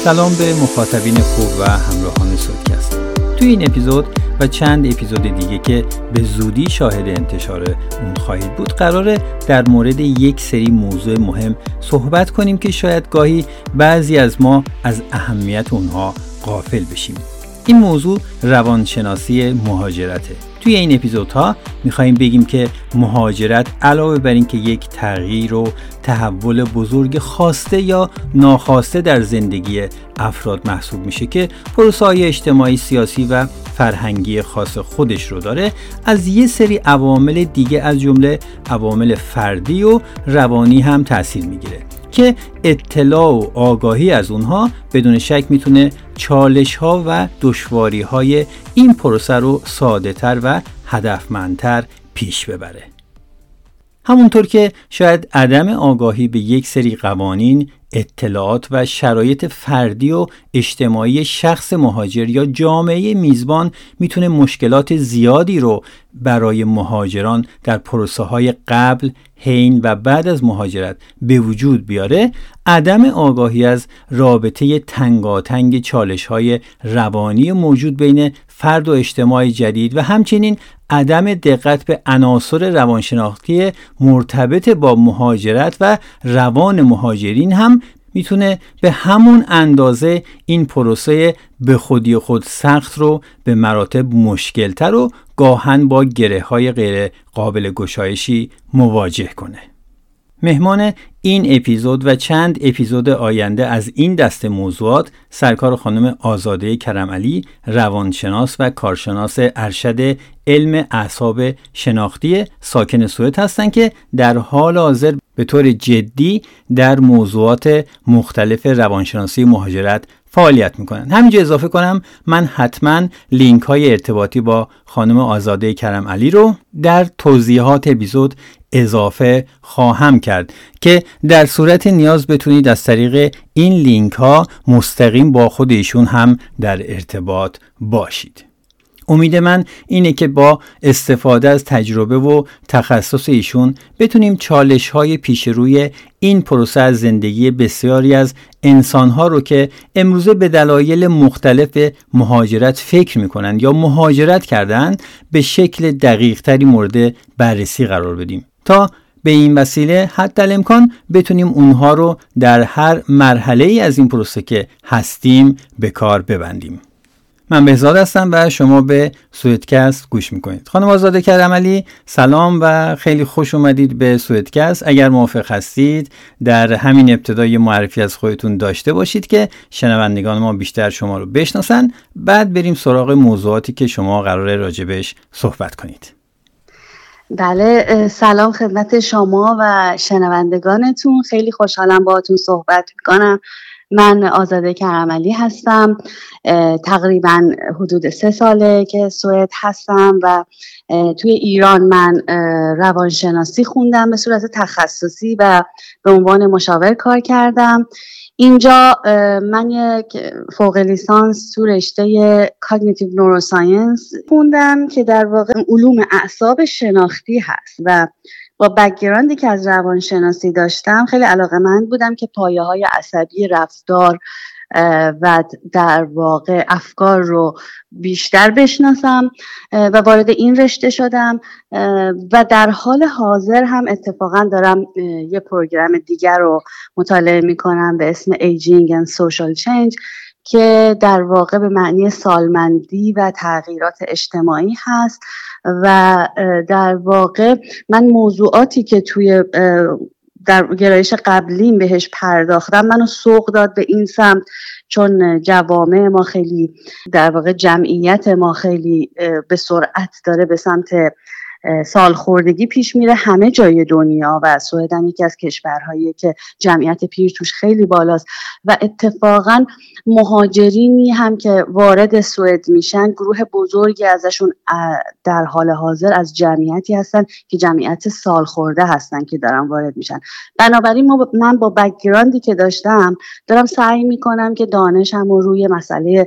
سلام به مخاطبین خوب و همراهان سودکست. توی این اپیزود و چند اپیزود دیگه که به زودی شاهد انتشار اون خواهید بود، قراره در مورد یک سری موضوع مهم صحبت کنیم که شاید گاهی بعضی از ما از اهمیت اونها غافل بشیم. این موضوع روانشناسی مهاجرته. توی این اپیزودها میخواییم بگیم که مهاجرت علاوه بر این که یک تغییر و تحول بزرگ خواسته یا ناخواسته در زندگی افراد محسوب میشه که پروسه‌های اجتماعی، سیاسی و فرهنگی خاص خودش رو داره، از یه سری عوامل دیگه از جمله عوامل فردی و روانی هم تأثیر میگیره که اطلاع و آگاهی از اونها بدون شک میتونه چالش‌ها و دشواری‌های این پروسه رو ساده‌تر و هدفمندتر پیش ببره. همونطور که شاید عدم آگاهی به یک سری قوانین، اطلاعات و شرایط فردی و اجتماعی شخص مهاجر یا جامعه میزبان میتونه مشکلات زیادی رو برای مهاجران در پروسه‌های قبل، حین و بعد از مهاجرت به وجود بیاره، عدم آگاهی از رابطه تنگاتنگ چالش‌های روانی موجود بین فرد و اجتماع جدید و همچنین عدم دقت به عناصر روانشناختی مرتبط با مهاجرت و روان مهاجرین هم میتونه به همون اندازه این پروسه به خودی خود سخت رو به مراتب مشکلتر و گاهن با گره‌های غیر قابل گشایشی مواجه کنه. مهمان این اپیزود و چند اپیزود آینده از این دسته موضوعات سرکار خانم آزاده کرمعلی، روانشناس و کارشناس ارشد علم اعصاب شناختی ساکن سوئد هستند که در حال حاضر به طور جدی در موضوعات مختلف روانشناسی مهاجرت فعالیت میکنن. همینجا اضافه کنم من حتما لینک های ارتباطی با خانم آزاده کرمعلی رو در توضیحات اپیزود اضافه خواهم کرد که در صورت نیاز بتونید از طریق این لینک ها مستقیم با خود ایشون هم در ارتباط باشید. امید من اینه که با استفاده از تجربه و تخصص ایشون بتونیم چالش‌های پیش روی این پروسه از زندگی بسیاری از انسان‌ها رو که امروزه به دلایل مختلف مهاجرت فکر می‌کنند یا مهاجرت کردن به شکل دقیق‌تری مورد بررسی قرار بدیم تا به این وسیله حتی الامکان بتونیم اونها رو در هر مرحله‌ای از این پروسه که هستیم به کار ببندیم. من بهزاد هستم و شما به سودکست گوش میکنید. خانم آزاده کرمعلی سلام و خیلی خوش اومدید به سودکست. اگر موافق هستید در همین ابتدای معرفی از خودتون داشته باشید که شنوندگان ما بیشتر شما رو بشناسن، بعد بریم سراغ موضوعاتی که شما قراره راجبش صحبت کنید. بله، سلام خدمت شما و شنوندگانتون. خیلی خوشحالم باهاتون صحبت میکنم. من آزاده کرمعلی هستم. تقریبا حدود 3 ساله که سوئد هستم و توی ایران من روانشناسی خوندم به صورت تخصصی و به عنوان مشاور کار کردم. اینجا من یک فوق لیسانس تو رشته کاگنیتیو نوروساینس خوندم که در واقع علوم اعصاب شناختی هست و با بک‌گراندی که از روانشناسی داشتم خیلی علاقه‌مند بودم که پایه‌های عصبی، رفتار و در واقع افکار رو بیشتر بشناسم و وارد این رشته شدم و در حال حاضر هم اتفاقا دارم یه پروگرام دیگر رو مطالعه میکنم به اسم Aging and Social Change که در واقع به معنی سالمندی و تغییرات اجتماعی هست و در واقع من موضوعاتی که توی در گرایش قبلیم بهش پرداختم منو سوق داد به این سمت، چون جوامع ما خیلی در واقع جمعیت ما خیلی به سرعت داره به سمت سالخوردگی پیش میره همه جای دنیا و سوئد هم یکی از کشورهایی که جمعیت پیر توش خیلی بالاست و اتفاقا مهاجرینی هم که وارد سوئد میشن گروه بزرگی ازشون در حال حاضر از جمعیتی هستن که جمعیت سالخورده هستن که دارن وارد میشن. بنابراین من با بک‌گراندی که داشتم دارم سعی میکنم که دانشم رو روی مسئله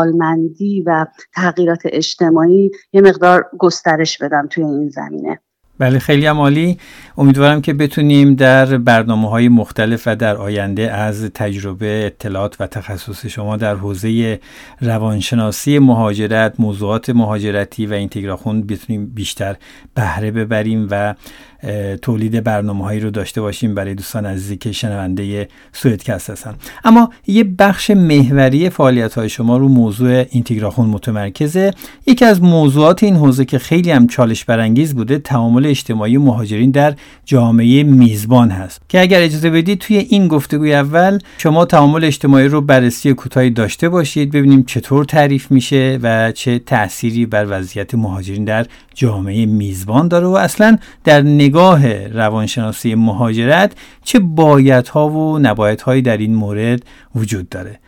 سالمندی و تغییرات اجتماعی یه مقدار گسترش بدم توی این زمینه. بله خیلی هم عالی. امیدوارم که بتونیم در برنامه‌های مختلف و در آینده از تجربه، اطلاعات و تخصص شما در حوزه روانشناسی مهاجرت، موضوعات مهاجرتی و اینتگراخون بتونیم بیشتر بهره ببریم و تولید برنامه‌هایی رو داشته باشیم برای دوستان عزیزی که شنونده سوئدکست هستن. اما یه بخش محوری فعالیت‌های شما رو موضوع اینتگراخون متمرکزه. یکی از موضوعات این حوزه که خیلی هم چالش برانگیز بوده تعامل اجتماعی مهاجرین در جامعه میزبان هست که اگر اجازه بدید توی این گفتگوی اول شما تعامل اجتماعی رو بررسی کوتاهی داشته باشید، ببینیم چطور تعریف میشه و چه تأثیری بر وضعیت مهاجرین در جامعه میزبان داره و اصلا در نگاه روانشناسی مهاجرت چه بایدها و نبایدهایی در این مورد وجود داره.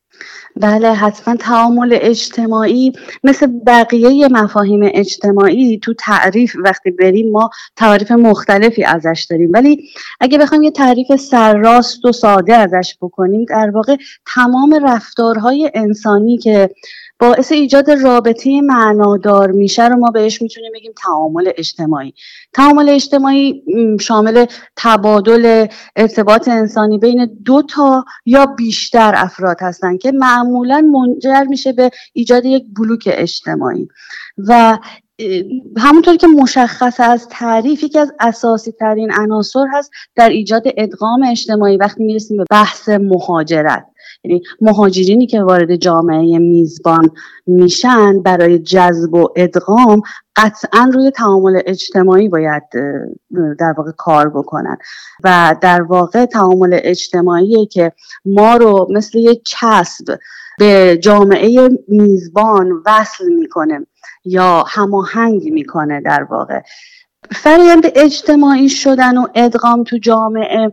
بله حتما تعامل اجتماعی مثل بقیه مفاهیم اجتماعی تو تعریف وقتی بریم ما تعریف مختلفی ازش داریم، ولی اگه بخوایم یه تعریف سرراست و ساده ازش بکنیم در واقع تمام رفتارهای انسانی که باعث ایجاد رابطه معنادار میشه رو ما بهش میتونیم بگیم تعامل اجتماعی. تعامل اجتماعی شامل تبادل ارتباط انسانی بین 2 تا یا بیشتر افراد هستن که معمولاً منجر میشه به ایجاد یک بلوک اجتماعی و همونطور که مشخص از تعریف یکی از اساسی ترین عناصر هست در ایجاد ادغام اجتماعی وقتی میرسیم به بحث مهاجرت. یعنی مهاجرینی که وارد جامعه میزبان میشن برای جذب و ادغام قطعا روی تعامل اجتماعی باید در واقع کار بکنن و در واقع تعامل اجتماعی که ما رو مثل یک چسب به جامعه میزبان وصل میکنه یا هماهنگ میکنه. در واقع فرآیند اجتماعی شدن و ادغام تو جامعه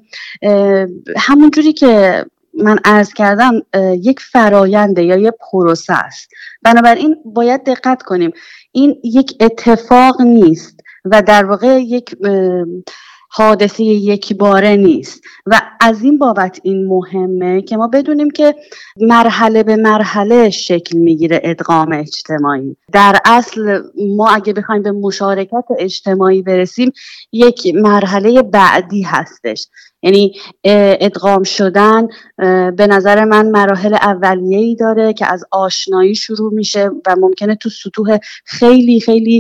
همونجوری که من عرض کردم یک فراینده یا یک پروسه است. بنابراین باید دقت کنیم این یک اتفاق نیست و در واقع یک حادثه یک باره نیست و از این بابت این مهمه که ما بدونیم که مرحله به مرحله شکل میگیره ادغام اجتماعی. در اصل ما اگه بخوایم به مشارکت اجتماعی برسیم یک مرحله بعدی هستش. یعنی ادغام شدن به نظر من مراحل اولیه‌ای داره که از آشنایی شروع میشه و ممکنه تو سطوح خیلی خیلی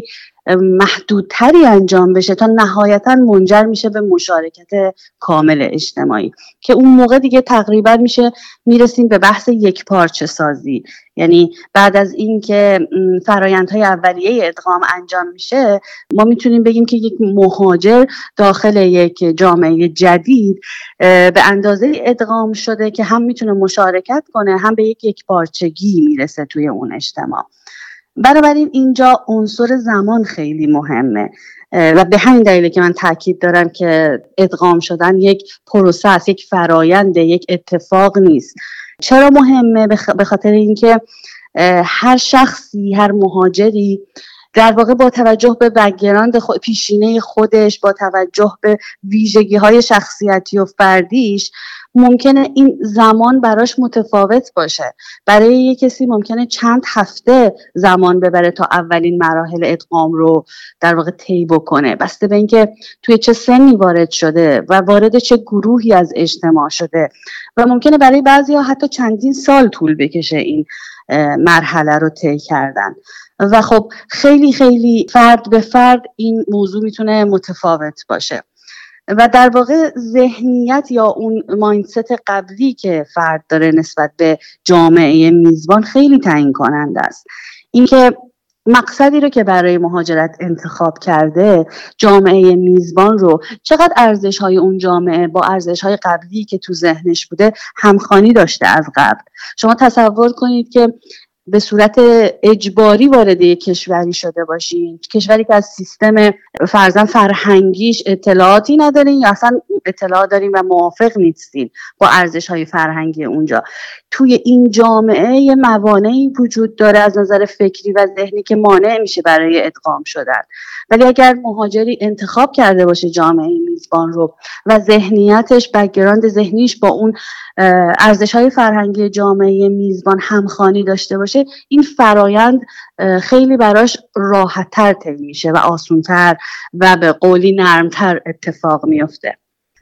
محدودتری انجام بشه تا نهایتا منجر میشه به مشارکت کامل اجتماعی که اون موقع دیگه تقریبا میرسیم به بحث یک پارچه سازی. یعنی بعد از این که فرایندهای اولیه ادغام انجام میشه ما میتونیم بگیم که یک مهاجر داخل یک جامعه جدید به اندازه ادغام شده که هم میتونه مشارکت کنه هم به یک پارچگی میرسه توی اون اجتماع. بنابراین اینجا عنصر زمان خیلی مهمه و به همین دلیله که من تاکید دارم که ادغام شدن یک پروسه است، یک فرآیند، یک اتفاق نیست. چرا مهمه؟ به خاطر اینکه هر شخصی، هر مهاجری در واقع با توجه به بک‌گراند پیشینه خودش، با توجه به ویژگی‌های شخصیتی و فردیش ممکنه این زمان براش متفاوت باشه. برای یک کسی ممکنه چند هفته زمان ببره تا اولین مراحل ادغام رو در واقع طی بکنه، بسته به اینکه توی چه سنی وارد شده و وارد چه گروهی از اجتماع شده و ممکنه برای بعضی‌ها حتی چندین سال طول بکشه این مرحله رو طی کردن و خب خیلی خیلی فرد به فرد این موضوع میتونه متفاوت باشه و در واقع ذهنیت یا اون مایندست قبلی که فرد داره نسبت به جامعه میزبان خیلی تعیین کننده است. اینکه مقصدی رو که برای مهاجرت انتخاب کرده، جامعه میزبان رو، چقدر ارزش‌های اون جامعه با ارزش‌های قبلی که تو ذهنش بوده همخوانی داشته از قبل. شما تصور کنید که به صورت اجباری وارد یک کشوری شده باشین، کشوری که از سیستم فرضاً فرهنگیش اطلاعاتی ندارین یا اصلا اطلاع دارین و موافق نیستین با ارزش‌های فرهنگی اونجا. توی این جامعه یه موانعی وجود داره از نظر فکری و ذهنی که مانع میشه برای ادغام شدن. ولی اگر مهاجری انتخاب کرده باشه جامعه میزبان رو و ذهنیتش، بک‌گراند ذهنیش با اون ارزش‌های فرهنگی جامعه میزبان همخوانی داشته باشه، باشه، این فرایند خیلی براش راحت‌تر طی میشه و آسان‌تر و به قولی نرمتر اتفاق میفته.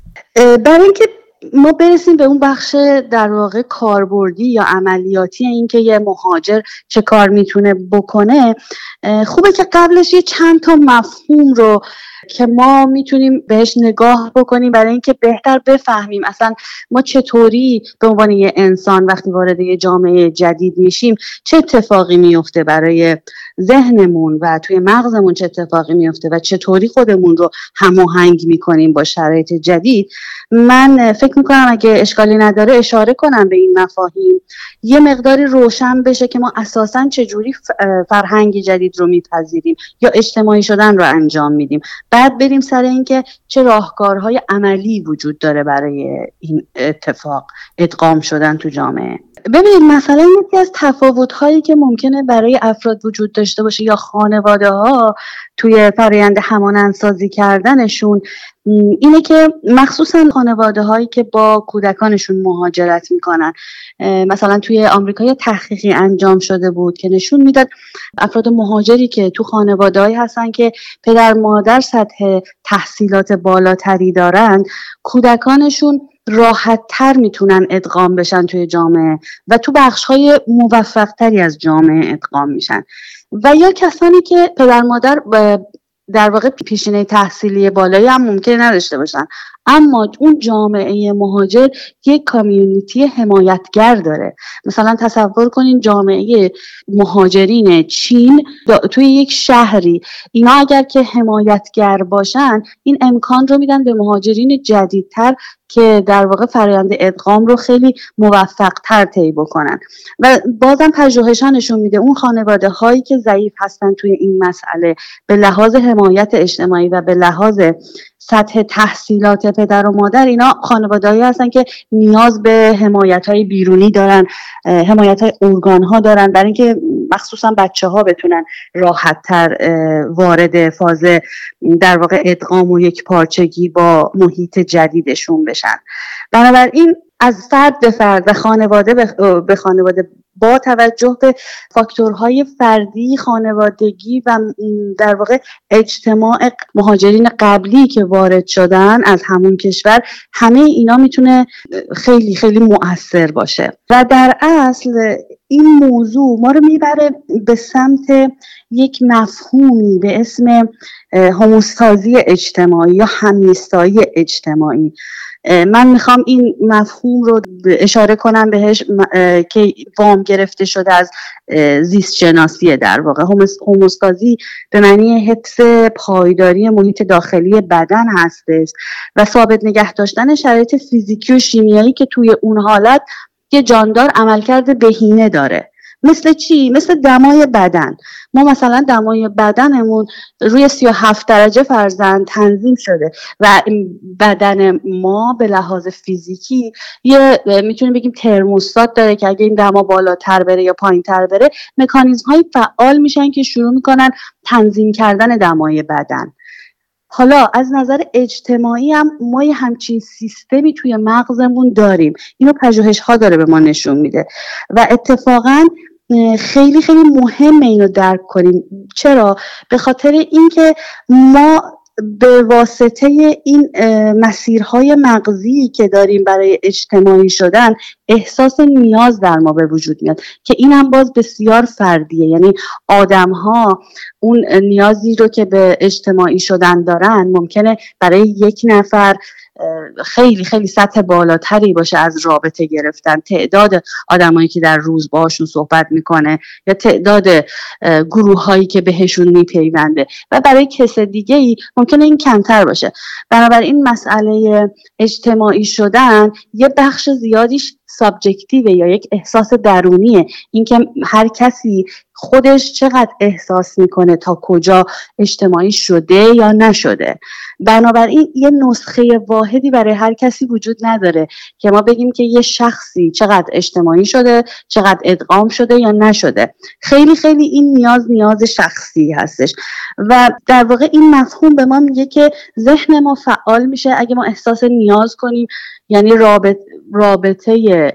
برای اینکه ما برسیم به اون بخش در واقع کاربردی یا عملیاتی این که یه مهاجر چه کار میتونه بکنه، خوبه که قبلش یه چند تا مفهوم رو که ما میتونیم بهش نگاه بکنیم برای اینکه بهتر بفهمیم اصلا ما چطوری به عنوان یه انسان وقتی وارد یه جامعه جدید میشیم چه اتفاقی میفته برای ذهنمون و توی مغزمون چه اتفاقی میفته و چطوری خودمون رو هماهنگ میکنیم با شرایط جدید. من فکر میکنم اگه اشکالی نداره اشاره کنم به این مفاهیم، یه مقداری روشن بشه که ما اساساً چجوری فرهنگ جدید رو میپذیریم یا اجتماعی شدن رو انجام میدیم، بعد بریم سر این که چه راهکارهای عملی وجود داره برای این اتفاق ادغام شدن تو جامعه. ببینید مثلا یکی از تفاوت‌هایی که ممکنه برای افراد وجود داشته باشه یا خانواده‌ها توی فرآیند همانندسازی کردنشون اینه که مخصوصا خانواده‌هایی که با کودکانشون مهاجرت میکنن، مثلا توی آمریکا یه تحقیقی انجام شده بود که نشون میداد افراد مهاجری که تو خانواده‌هایی هستن که پدر مادر سطح تحصیلات بالاتری دارن، کودکانشون راحت تر میتونن ادغام بشن توی جامعه و تو بخش‌های موفق تری از جامعه ادغام میشن. و یا کسانی که پدر مادر در واقع پیشینه تحصیلی بالایی هم ممکنه نداشته باشن، اما اون جامعه مهاجر یک کامیونیتی حمایتگر داره. مثلا تصور کنین جامعه مهاجرین چین توی یک شهری، اینا اگر که حمایتگر باشن این امکان رو میدن به مهاجرین جدیدتر که در واقع فرآیند ادغام رو خیلی موفق‌تر طی بکنن. و بازم پژوهش‌ها نشون میده اون خانواده هایی که ضعیف هستن توی این مسئله به لحاظ حمایت اجتماعی و به لحاظ سطح تحصیلات پدر و مادر، اینا خانواده‌ای هستن که نیاز به حمایت‌های بیرونی دارن، حمایت‌های ارگان‌ها دارن برای اینکه مخصوصا بچه‌ها بتونن راحت‌تر وارد فاز در واقع ادغام و یک پارچگی با محیط جدیدشون بشن. بنابراین از فرد به فرد و خانواده به خانواده با توجه به فاکتورهای فردی، خانوادگی و در واقع اجتماع مهاجرین قبلی که وارد شدن از همون کشور، همه اینا میتونه خیلی خیلی مؤثر باشه. و در اصل این موضوع ما رو میبره به سمت یک مفهومی به اسم هموستازی اجتماعی یا همیستایی اجتماعی. من میخوام این مفهوم رو اشاره کنم بهش که وام گرفته شده از زیست شناسیه. در واقع هوموستازی به معنی حفظ پایداری محیط داخلی بدن هستش و ثابت نگه داشتن شرایط فیزیکی و شیمیایی که توی اون حالت یه جاندار عملکرد بهینه داره. مثل چی؟ مثل دمای بدن. ما مثلا دمای بدنمون روی 37 درجه فرضاً تنظیم شده و بدن ما به لحاظ فیزیکی یه میتونیم بگیم ترموستات داره که اگه این دما بالاتر بره یا پایین‌تر بره مکانیزم‌های فعال میشن که شروع میکنن تنظیم کردن دمای بدن. حالا از نظر اجتماعی هم ما یه همچین سیستمی توی مغزمون داریم. اینو پژوهش‌ها داره به ما نشون میده و اتفاقاً خیلی خیلی مهمه اینو درک کنیم. چرا؟ به خاطر اینکه ما به واسطه این مسیرهای مغزی که داریم برای اجتماعی شدن احساس نیاز در ما به وجود میاد که این هم باز بسیار فردیه. یعنی آدم‌ها اون نیازی رو که به اجتماعی شدن دارن ممکنه برای یک نفر خیلی خیلی سطح بالاتری باشه از رابطه گرفتن، تعداد آدمایی که در روز باشون صحبت میکنه یا تعداد گروه هایی که بهشون میپیونده و برای کس دیگه ای ممکنه این کمتر باشه. بنابراین مسئله اجتماعی شدن یه بخش زیادیش سابجکتیوه یا یک احساس درونیه، اینکه هر کسی خودش چقدر احساس میکنه تا کجا اجتماعی شده یا نشده. بنابراین یه نسخه واحدی برای هر کسی وجود نداره که ما بگیم که یه شخصی چقدر اجتماعی شده، چقدر ادغام شده یا نشده. خیلی خیلی این نیاز شخصی هستش و در واقع این مفهوم به ما میگه که ذهن ما فعال میشه اگه ما احساس نیاز کنیم، یعنی روابط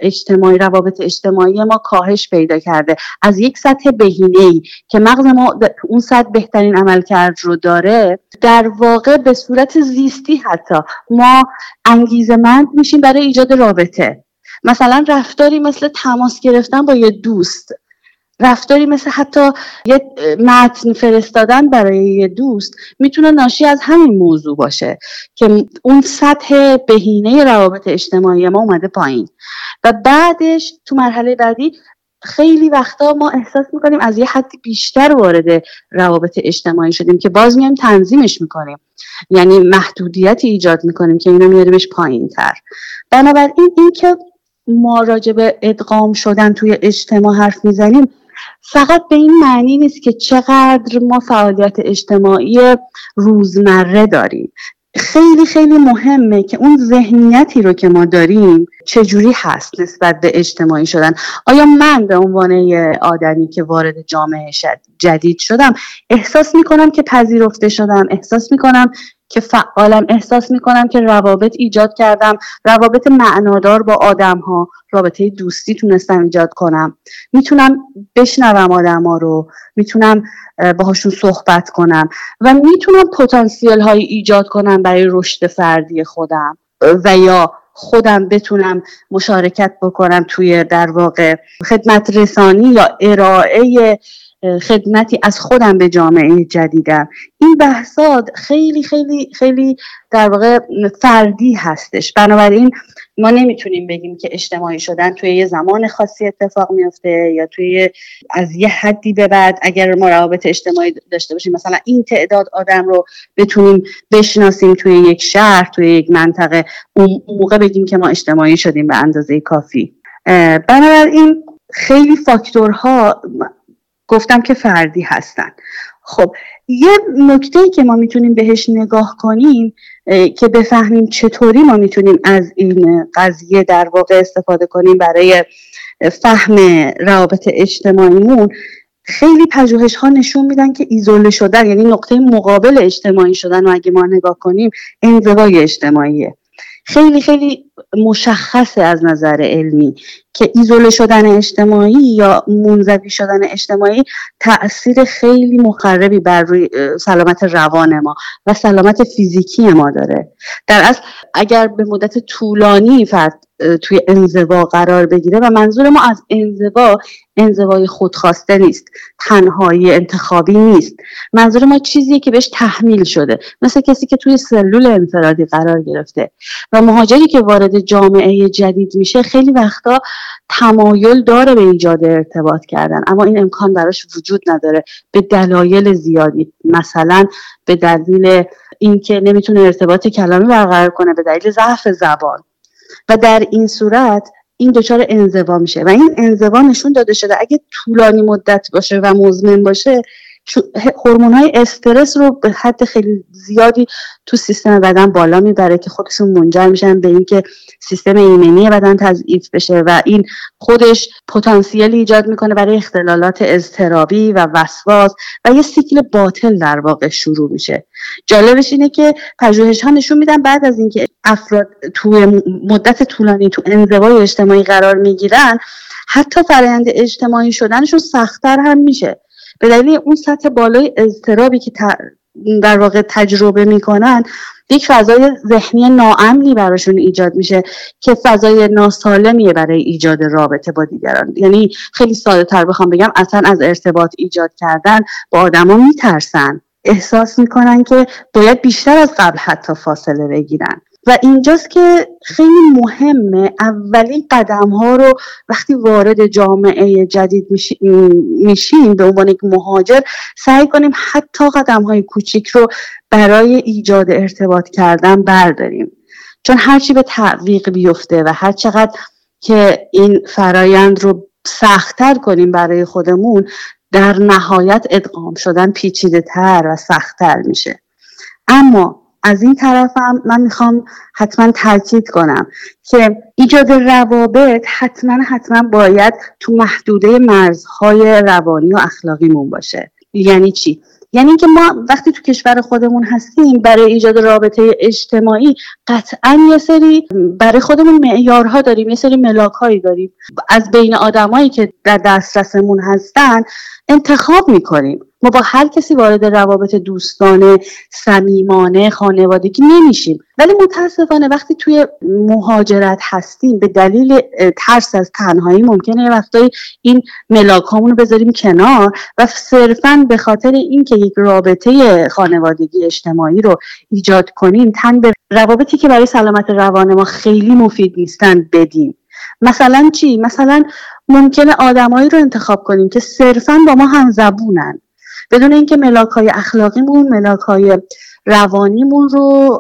اجتماعی ما کاهش پیدا کرده، از یک سطح بهینه‌ای که مغز ما اون سطح بهترین عملکرد رو داره، در واقع به صورت زیستی حتی ما انگیزه‌مند میشیم برای ایجاد رابطه. مثلا رفتاری مثل تماس گرفتن با یه دوست، رفتاری مثل حتی یه متن فرستادن برای یه دوست میتونه ناشی از همین موضوع باشه که اون سطح بهینه روابط اجتماعی ما اومده پایین. و بعدش تو مرحله بعدی خیلی وقتا ما احساس میکنیم از یه حدی بیشتر وارد روابط اجتماعی شدیم که باز میایم تنظیمش میکنیم، یعنی محدودیتی ایجاد میکنیم که اینو میاریمش پایین تر. بنابراین این که ما راجع به ادغام شدن توی اجتماع حرف میزنیم فقط به این معنی نیست که چقدر ما فعالیت اجتماعی روزمره داریم. خیلی خیلی مهمه که اون ذهنیتی رو که ما داریم چجوری هست نسبت به اجتماعی شدن. آیا من به عنوان یه آدمی که وارد جامعه جدید شدم احساس میکنم که پذیرفته شدم، احساس میکنم که فعالم، احساس میکنم که روابط ایجاد کردم، روابط معنادار با آدم ها، رابطه دوستی تونستم ایجاد کنم، میتونم بشنوم آدم ها رو، میتونم باهاشون صحبت کنم و میتونم پتانسیل های ایجاد کنم برای رشد فردی خودم و یا خودم بتونم مشارکت بکنم توی در واقع خدمت رسانی یا ارائه خدمتی از خودم به جامعه جدیدم. این بحثات خیلی خیلی خیلی در واقع فردی هستش. بنابراین ما نمیتونیم بگیم که اجتماعی شدن توی یه زمان خاصی اتفاق میفته یا توی از یه حدی به بعد اگر ما روابط اجتماعی داشته باشیم مثلا این تعداد آدم رو بتونیم بشناسیم توی یک شهر، توی یک منطقه، اون موقع بگیم که ما اجتماعی شدیم به اندازه کافی. بنابراین خیلی فاکتورها گفتم که فردی هستن. خب یه نکته‌ای که ما میتونیم بهش نگاه کنیم که بفهمیم چطوری ما میتونیم از این قضیه در واقع استفاده کنیم برای فهم روابط اجتماعیمون، خیلی پژوهش‌ها نشون میدن که ایزوله شدن، یعنی نقطه مقابل اجتماعی شدن و اگه ما نگاه کنیم انزوای اجتماعیه. خیلی خیلی مشخصه از نظر علمی که ایزوله شدن اجتماعی یا منزوی شدن اجتماعی تأثیر خیلی مخربی بر روی سلامت روان ما و سلامت فیزیکی ما داره. در اصل اگر به مدت طولانی فرد توی انزوا قرار بگیره، و منظور ما از انزوای خودخواسته نیست، تنهایی انتخابی نیست، منظور ما چیزیه که بهش تحمیل شده، مثل کسی که توی سلول انفرادی قرار گرفته و مهاجری که وارد جامعه جدید میشه خیلی وقتا تمایل داره به ایجاد ارتباط کردن، اما این امکان براش وجود نداره به دلایل زیادی، مثلا به دلیل اینکه نمیتونه ارتباط کلامی برقرار کنه، به دلیل ضعف زبان، و در این صورت این دچار انزوا میشه. و این انزوا نشون داده شده اگه طولانی مدت باشه و مزمن باشه هورمون‌های استرس رو به حد خیلی زیادی تو سیستم بدن بالا میبره که خودشون منجر میشن به اینکه سیستم ایمنی بدن تضعیف بشه و این خودش پتانسیل ایجاد میکنه برای اختلالات اضطرابی و وسواس و یه سیکل باطل در واقع شروع میشه. جالبش اینه که پژوهش‌ها نشون میدن بعد از اینکه افراد توی مدت طولانی تو انزوای اجتماعی قرار میگیرن، حتی فرآیند اجتماعی شدنشون سخت‌تر هم میشه به دلیل اون سطح بالای اضطرابی که در واقع تجربه میکنن. یک فضای ذهنی ناامنی براشون ایجاد میشه که فضای ناسالمیه برای ایجاد رابطه با دیگران. یعنی خیلی ساده تر بخوام بگم اصلا از ارتباط ایجاد کردن با آدما میترسن، احساس میکنن که باید بیشتر از قبل حتی فاصله بگیرن. و اینجاست که خیلی مهمه اولین قدم ها رو وقتی وارد جامعه جدید میشیم به عنوان یک مهاجر سعی کنیم حتی قدم های کوچیک رو برای ایجاد ارتباط کردن برداریم، چون هرچی به تعویق بیفته و هر چقدر که این فرایند رو سخت‌تر کنیم برای خودمون، در نهایت ادغام شدن پیچیده تر و سخت‌تر میشه. اما از این طرف هم من میخوام حتما تاکید کنم که ایجاد روابط حتما باید تو محدوده مرزهای روانی و اخلاقیمون باشه. یعنی چی؟ یعنی اینکه ما وقتی تو کشور خودمون هستیم برای ایجاد رابطه اجتماعی قطعاً یه سری برای خودمون معیارها داریم، یه سری ملاک‌هایی داریم، از بین آدمایی که در دسترسمون هستن انتخاب میکنیم. ما با هر کسی وارد روابط دوستانه، صمیمانه، خانوادگی نمیشیم، ولی متاسفانه وقتی توی مهاجرت هستیم به دلیل ترس از تنهایی ممکنه وقتایی این ملاک‌هامون رو بذاریم کنار و صرفاً به خاطر اینکه یک رابطه خانوادگی اجتماعی رو ایجاد کنیم تن به روابطی که برای سلامت روان ما خیلی مفید نیستن بدیم. مثلا چی؟ مثلا ممکنه آدمایی رو انتخاب کنیم که صرفاً با ما همزبونن، بدون اینکه ملاک‌های اخلاقیمون، ملاک‌های روانیمون رو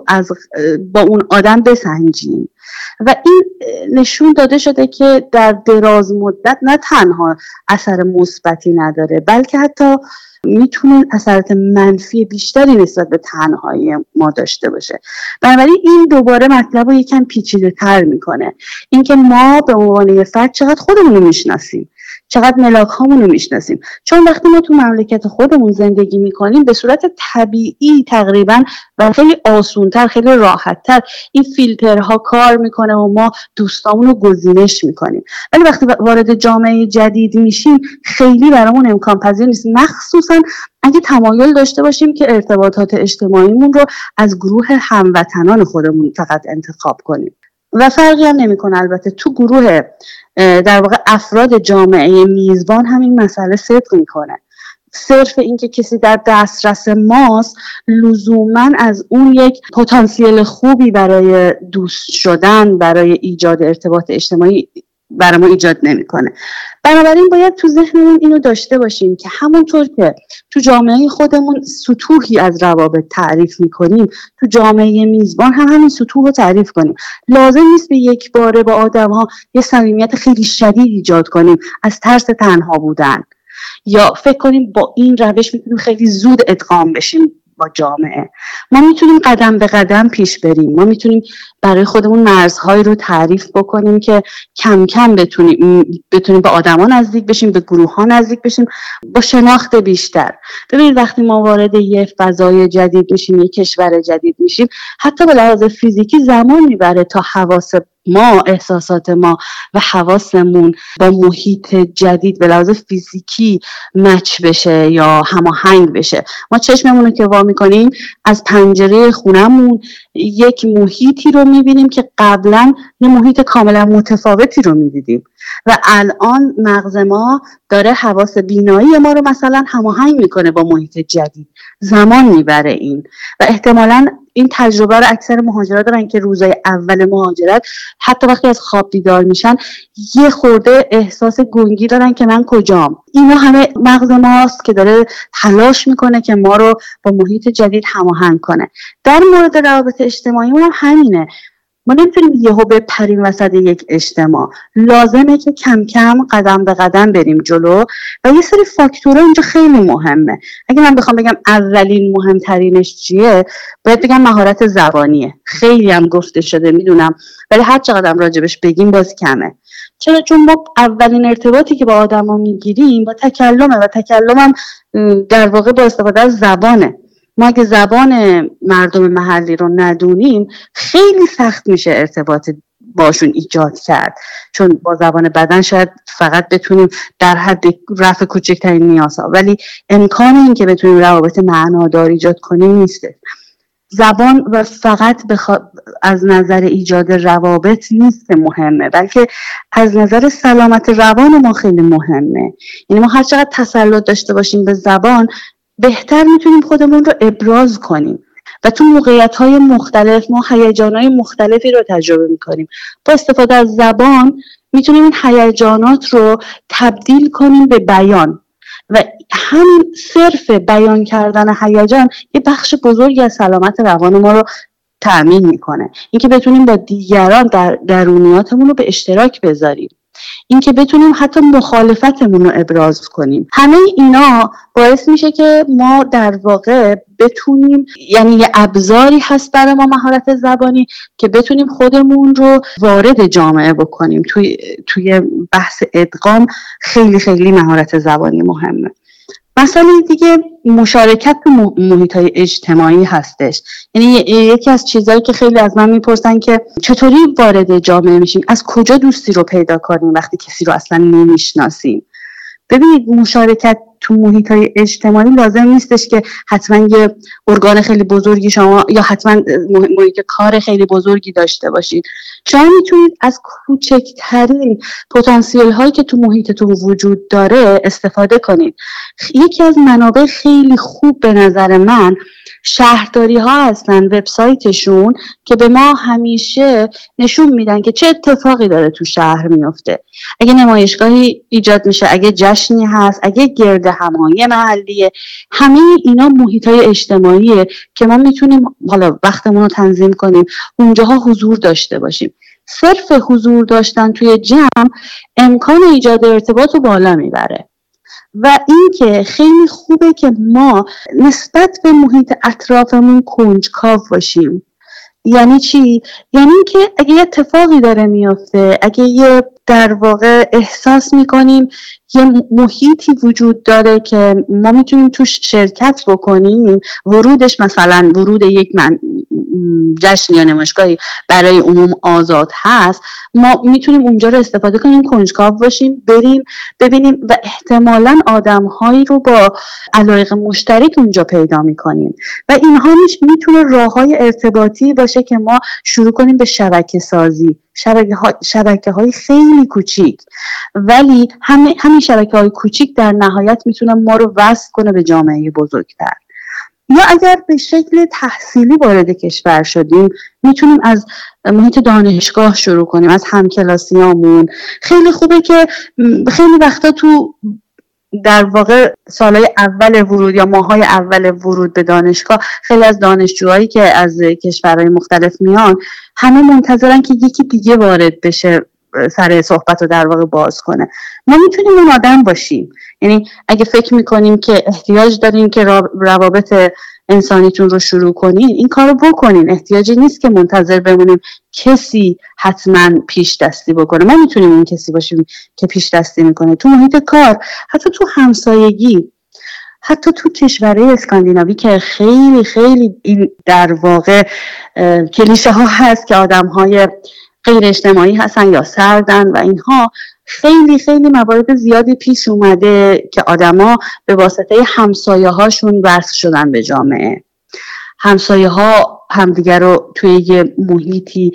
با اون آدم بسنجیم. و این نشون داده شده که در دراز مدت نه تنها اثر مثبتی نداره، بلکه حتی میتونه اثرات منفی بیشتری نسبت به تنهایی ما داشته باشه. بنابراین این دوباره مطلب رو یکم پیچیده تر میکنه، اینکه ما به عنوان یه فرد چقدر خودمون رو میشناسیم، چقدر ملاک هامون رو میشناسیم. چون وقتی ما تو مملکت خودمون زندگی میکنیم به صورت طبیعی تقریبا و خیلی آسونتر، خیلی راحتتر این فیلترها کار میکنه و ما دوستامون رو گزینش میکنیم. ولی وقتی وارد جامعه جدید میشیم خیلی برامون امکان پذیر نیست، مخصوصا اگه تمایل داشته باشیم که ارتباطات اجتماعیمون رو از گروه هموطنان خودمون فقط انتخاب کنیم. و فرقی هم نمیکنه البته تو گروه در واقع افراد جامعه میزبان همین مسئله صدق میکنه. صرف اینکه کسی در دسترس ماست لزوماً از اون یک پتانسیل خوبی برای دوست شدن، برای ایجاد ارتباط اجتماعی برای ما ایجاد نمیکنه. بنابراین باید تو ذهنمون اینو داشته باشیم که همونطور که تو جامعه خودمون سطوحی از روابط تعریف میکنیم، تو جامعه میزبان هم همین سطوح رو تعریف کنیم. لازم نیست به یک باره با آدم‌ها یه صمیمیت خیلی شدید ایجاد کنیم از ترس تنها بودن، یا فکر کنیم با این روش میتونیم خیلی زود ادغام بشیم با جامعه. ما میتونیم قدم به قدم پیش بریم، ما میتونیم برای خودمون مرزهایی رو تعریف بکنیم که کم کم بتونیم با آدما نزدیک بشیم، به گروه ها نزدیک بشیم، با شناخت بیشتر. ببینید وقتی ما وارد یه فضای جدید میشیم، یه کشور جدید میشیم، حتی به لحاظ فیزیکی زمان میبره تا حواس ما، احساسات ما و حواسمون با محیط جدید به لحاظ فیزیکی مچ بشه یا هماهنگ بشه. ما چشممون رو که وا میکنیم از پنجره خونمون یک محیطی رو میبینیم که قبلا یه محیط کاملا متفاوتی رو میدیدیم و الان مغز ما داره حواس بینایی ما رو مثلا هماهنگ میکنه با محیط جدید. زمان میبره این و احتمالاً این تجربه رو اکثر مهاجرا دارن که روزای اول مهاجرت حتی وقتی از خواب بیدار میشن یه خورده احساس گنگی دارن که من کجام. اینا همه مغز ماست که داره تلاش میکنه که ما رو با محیط جدید هماهنگ کنه. در مورد روابط اجتماعی هم همینه. ما نمیتونیم یهو بپریم وسط یک اجتماع، لازمه که کم کم قدم به قدم بریم جلو و یه سری فاکتورها اینجا خیلی مهمه. اگه من بخوام بگم اولین مهمترینش چیه، باید بگم مهارت زبانیه. خیلی هم گفته شده میدونم، ولی هر چقدر راجبش بگیم باز کمه. چرا؟ چون ما اولین ارتباطی که با آدما میگیریم با تکلمه و تکلمم در واقع با استفاده از زبانه. ما اگه زبان مردم محلی رو ندونیم خیلی سخت میشه ارتباط باشون ایجاد کرد، چون با زبان بدن شاید فقط بتونیم در حد رفع کوچکترین نیازها، ولی امکان این که بتونیم روابط معنادار ایجاد کنیم نیسته. زبان و فقط از نظر ایجاد روابط نیست که مهمه، بلکه از نظر سلامت روان ما خیلی مهمه. یعنی ما هر چقدر تسلط داشته باشیم به زبان بهتر میتونیم خودمون رو ابراز کنیم و تو موقعیت‌های مختلف ما هیجان‌های مختلفی رو تجربه می‌کنیم. با استفاده از زبان میتونیم این هیجانات رو تبدیل کنیم به بیان و همین صرف بیان کردن هیجان یه بخش بزرگی از سلامت روان ما رو تأمین میکنه. اینکه بتونیم با دیگران درونیاتمون رو به اشتراک بذاریم، اینکه بتونیم حتی مخالفتمون رو ابراز کنیم، همه اینا باعث میشه که ما در واقع بتونیم، یعنی یه ابزاری هست برای ما مهارت زبانی که بتونیم خودمون رو وارد جامعه بکنیم. توی بحث ادغام خیلی خیلی مهارت زبانی مهمه. مسئله دیگه مشارکت تو محیط‌های اجتماعی هستش. یعنی یکی از چیزایی که خیلی از من میپرسن که چطوری وارد جامعه میشیم، از کجا دوستی رو پیدا کنیم وقتی کسی رو اصلا نمیشناسیم. ببینید مشارکت تو محیط‌های اجتماعی لازم نیستش که حتما یه ارگان خیلی بزرگی شما یا حتما محیط کار خیلی بزرگی داشته باشید. شما میتونید از کوچکترین پتانسیل هایی که تو محیطتون وجود داره استفاده کنید. یکی از منابع خیلی خوب به نظر من شهرداری ها هستن، وبسایتشون که به ما همیشه نشون میدن که چه اتفاقی داره تو شهر میفته. اگه نمایشگاهی ایجاد میشه، اگه جشنی هست، اگه گرد همایی محلیه، همه اینا محیطای اجتماعیه که ما میتونیم حالا وقتمون رو تنظیم کنیم اونجاها حضور داشته باشیم. صرف حضور داشتن توی جمع امکان ایجاد ارتباط رو بالا میبره. و این که خیلی خوبه که ما نسبت به محیط اطرافمون کنجکاو باشیم. یعنی چی؟ یعنی که اگه یه اتفاقی داره میفته، اگه یه در واقع احساس میکنیم یه محیطی وجود داره که ما میتونیم توش شرکت بکنیم، ورودش مثلا ورود یک جشن یا نمایشگاهی برای عموم آزاد هست، ما میتونیم اونجا رو استفاده کنیم، کنجکاو باشیم، بریم ببینیم و احتمالاً آدم‌هایی رو با علایق مشترک اونجا پیدا میکنیم و اینها میتونه راه‌های ارتباطی باشه که ما شروع کنیم به شبکه سازی، شبکه‌های خیلی کوچیک، ولی همین شبکه‌های کوچیک در نهایت میتونه ما رو وصل کنه به جامعه بزرگتر. یا اگر به شکل تحصیلی وارد کشور شدیم میتونیم از محیط دانشگاه شروع کنیم، از همکلاسیامون. خیلی خوبه که خیلی وقتا تو در واقع سالهای اول ورود یا ماهای اول ورود به دانشگاه خیلی از دانشجوهایی که از کشورهای مختلف میان همه منتظرن که یکی دیگه وارد بشه سر صحبت رو در واقع باز کنه. ما میتونیم اون آدم باشیم. یعنی اگه فکر میکنیم که احتیاج داریم که روابط انسانیتون رو شروع کنین، این کار رو بکنین. احتیاجی نیست که منتظر بمونیم کسی حتما پیش دستی بکنه. ما میتونیم اون کسی باشیم که پیش دستی میکنه تو محیط کار، حتی تو همسایگی، حتی تو کشورهای اسکاندیناوی که خیلی خیلی این در واقع کلیشه ها هست که آدم های غیر اجتماعی هستن یا سردن و اینها، خیلی خیلی موارد زیادی پیش اومده که آدما به واسطه همسایه هاشون وصل شدن به جامعه. همسایه ها همدیگر رو توی یه محیطی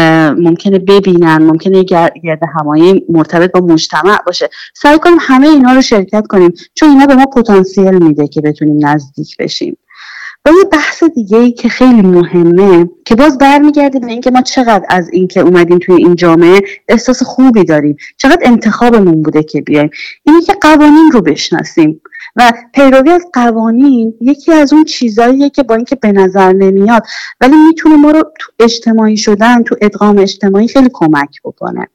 ممکنه ببینن، ممکنه گرد همایی مرتبط با مجتمع باشه. سعی کنیم همه اینا رو شرکت کنیم چون اینا به ما پتانسیل میده که بتونیم نزدیک بشیم. و یه بحث دیگه‌ای که خیلی مهمه که باز برمیگرده به اینکه ما چقدر از اینکه اومدیم توی این جامعه احساس خوبی داریم، چقدر انتخابمون بوده که بیایم. اینه که قوانین رو بشناسیم و پیروی از قوانین یکی از اون چیزاییه که با اینکه به نظر نمیاد ولی میتونه ما رو تو اجتماعی شدن، تو ادغام اجتماعی خیلی کمک بکنه.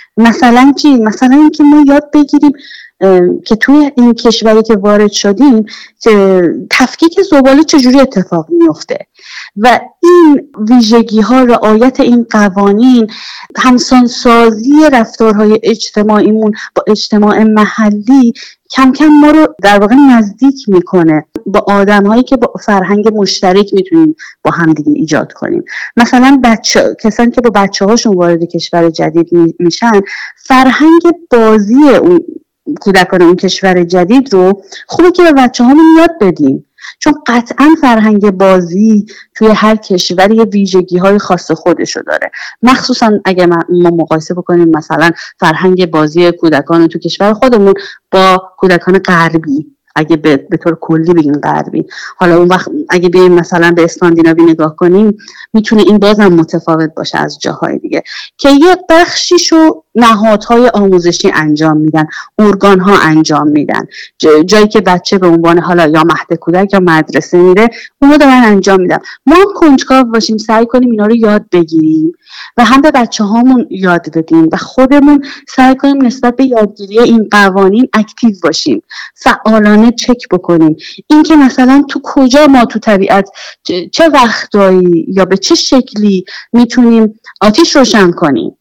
مثلا چی؟ مثلا اینکه ما یاد بگیریم که توی این کشوری که وارد شدیم تفکیک زباله چجوری اتفاق میفته و این ویژگی ها، رعایت این قوانین، همسانسازی رفتارهای اجتماعیمون با اجتماع محلی کم کم ما رو در واقع نزدیک میکنه با آدم‌هایی که با فرهنگ مشترک میتونیم با هم دیگه ایجاد کنیم. مثلا کسانی که با بچه‌هاشون وارد کشور جدید میشن، فرهنگ بازی اون کودکان اون کشور جدید رو خوبه که به بچه‌هامون یاد بدیم، چون قطعاً فرهنگ بازی توی هر کشوری یه ویژگی‌های خاص خودشو داره. مخصوصاً اگه ما مقایسه بکنیم مثلا فرهنگ بازی کودکان تو کشور خودمون با کودکان غربی، اگه به طور کلی بگیم غربی، حالا اون وقت اگه بیایم مثلا به اسکاندیناوی نگاه کنیم میتونه این بازم متفاوت باشه از جاهای دیگه که یه بخشیشو نهادهای آموزشی انجام میدن، ارگان‌ها انجام میدن. جایی که بچه به عنوان حالا یا مهد کودک یا مدرسه میره، اونو دارن انجام میدن. ما هم کنجکاو باشیم، سعی کنیم اینا رو یاد بگیریم و هم به بچه‌هامون یاد بدیم و خودمون سعی کنیم نسبت به یادگیری این قوانین اکتیو باشیم، فعالانه چک بکنیم این که مثلا تو کجا ما تو طبیعت چه وقتایی یا به چه شکلی میتونیم آتیش روشن کنیم.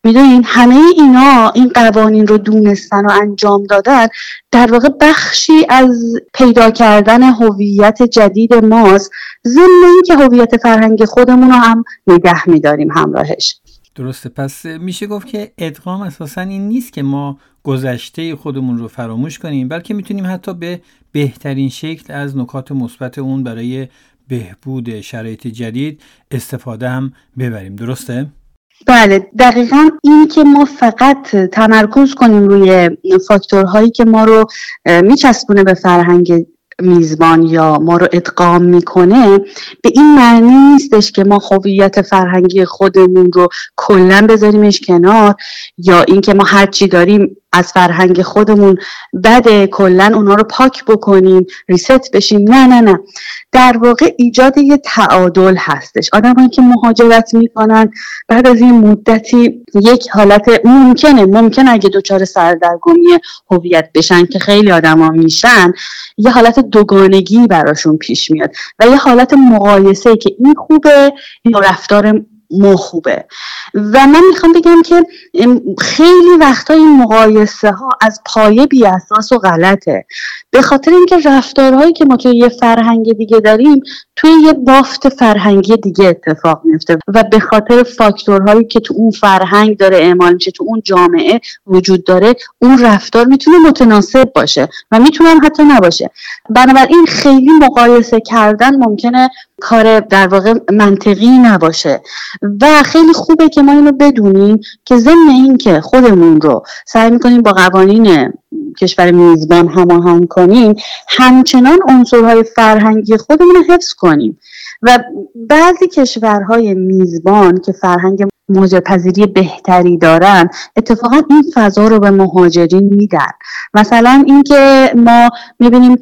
میدونین همه اینا، این قوانین رو دونستن و انجام دادن، در واقع بخشی از پیدا کردن هویت جدید ماست، ضمن اینکه هویت فرهنگ خودمون رو هم نگه میداریم همراهش. درسته. پس میشه گفت که ادغام اساساً این نیست که ما گذشته خودمون رو فراموش کنیم، بلکه میتونیم حتی به بهترین شکل از نکات مثبت اون برای بهبود شرایط جدید استفاده هم ببریم. درسته؟ بله دقیقاً. این که ما فقط تمرکز کنیم روی فاکتورهایی که ما رو میچسبونه به فرهنگ میزبان یا ما رو ادغام میکنه، به این معنی نیستش که ما هویت فرهنگی خودمون رو کلاً بذاریمش کنار، یا اینکه ما هر چی داریم از فرهنگ خودمون بده کلاً اونا رو پاک بکنیم، ریست بشیم. نه، در واقع ایجاد یه تعادل هستش. آدمایی که مهاجرت میکنن بعد از این مدتی یک حالت ممکنه اگه دچار سردرگمی هویت بشن، که خیلی آدما میشن، یه حالت دوگانگی براشون پیش میاد و یه حالت مقایسه که این خوبه یا رفتار ما خوبه. و من میخوام بگم که خیلی وقتا این مقایسه ها از پایه بی اساس و غلطه، به خاطر اینکه رفتارهایی که ما توی یه فرهنگ دیگه داریم توی یه بافت فرهنگی دیگه اتفاق میفته و به خاطر فاکتورهایی که تو اون فرهنگ داره اعمال میشه، تو اون جامعه وجود داره، اون رفتار میتونه متناسب باشه و میتونه حتی نباشه. بنابراین خیلی مقایسه کردن ممکنه کار در واقع منطقی نباشه و خیلی خوبه که ما اینو بدونیم که ضمن این که خودمون رو سعی میکنیم با قوانین کشور میزبان هماهنگ کنیم، همچنان عنصرهای فرهنگی خودمون رو حفظ کنیم. و بعضی کشورهای میزبان که فرهنگ مهاجرپذیری بهتری دارن، اتفاقا این فضا رو به مهاجرین میدن. مثلا اینکه ما میبینیم،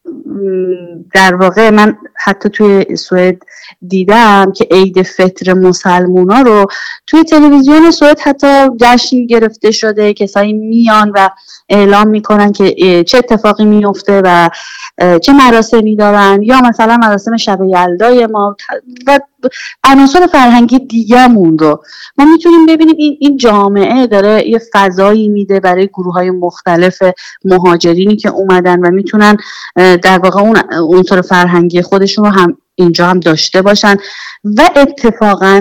در واقع من حتی توی سوئد دیدم که عید فطر مسلمونا رو توی تلویزیون سوئد حتی جشن گرفته شده، کسایی میان و اعلام میکنن که چه اتفاقی میفته و چه مراسمی دارن، یا مثلا مراسم شب یلدای ما و عناصر فرهنگی دیگه‌مون رو ما میتونیم ببینیم. این جامعه داره یه فضایی میده برای گروه‌های مختلف مهاجرینی که اومدن و میتونن در واقع اون عنصر فرهنگی خودشون رو هم اینجا هم داشته باشن. و اتفاقا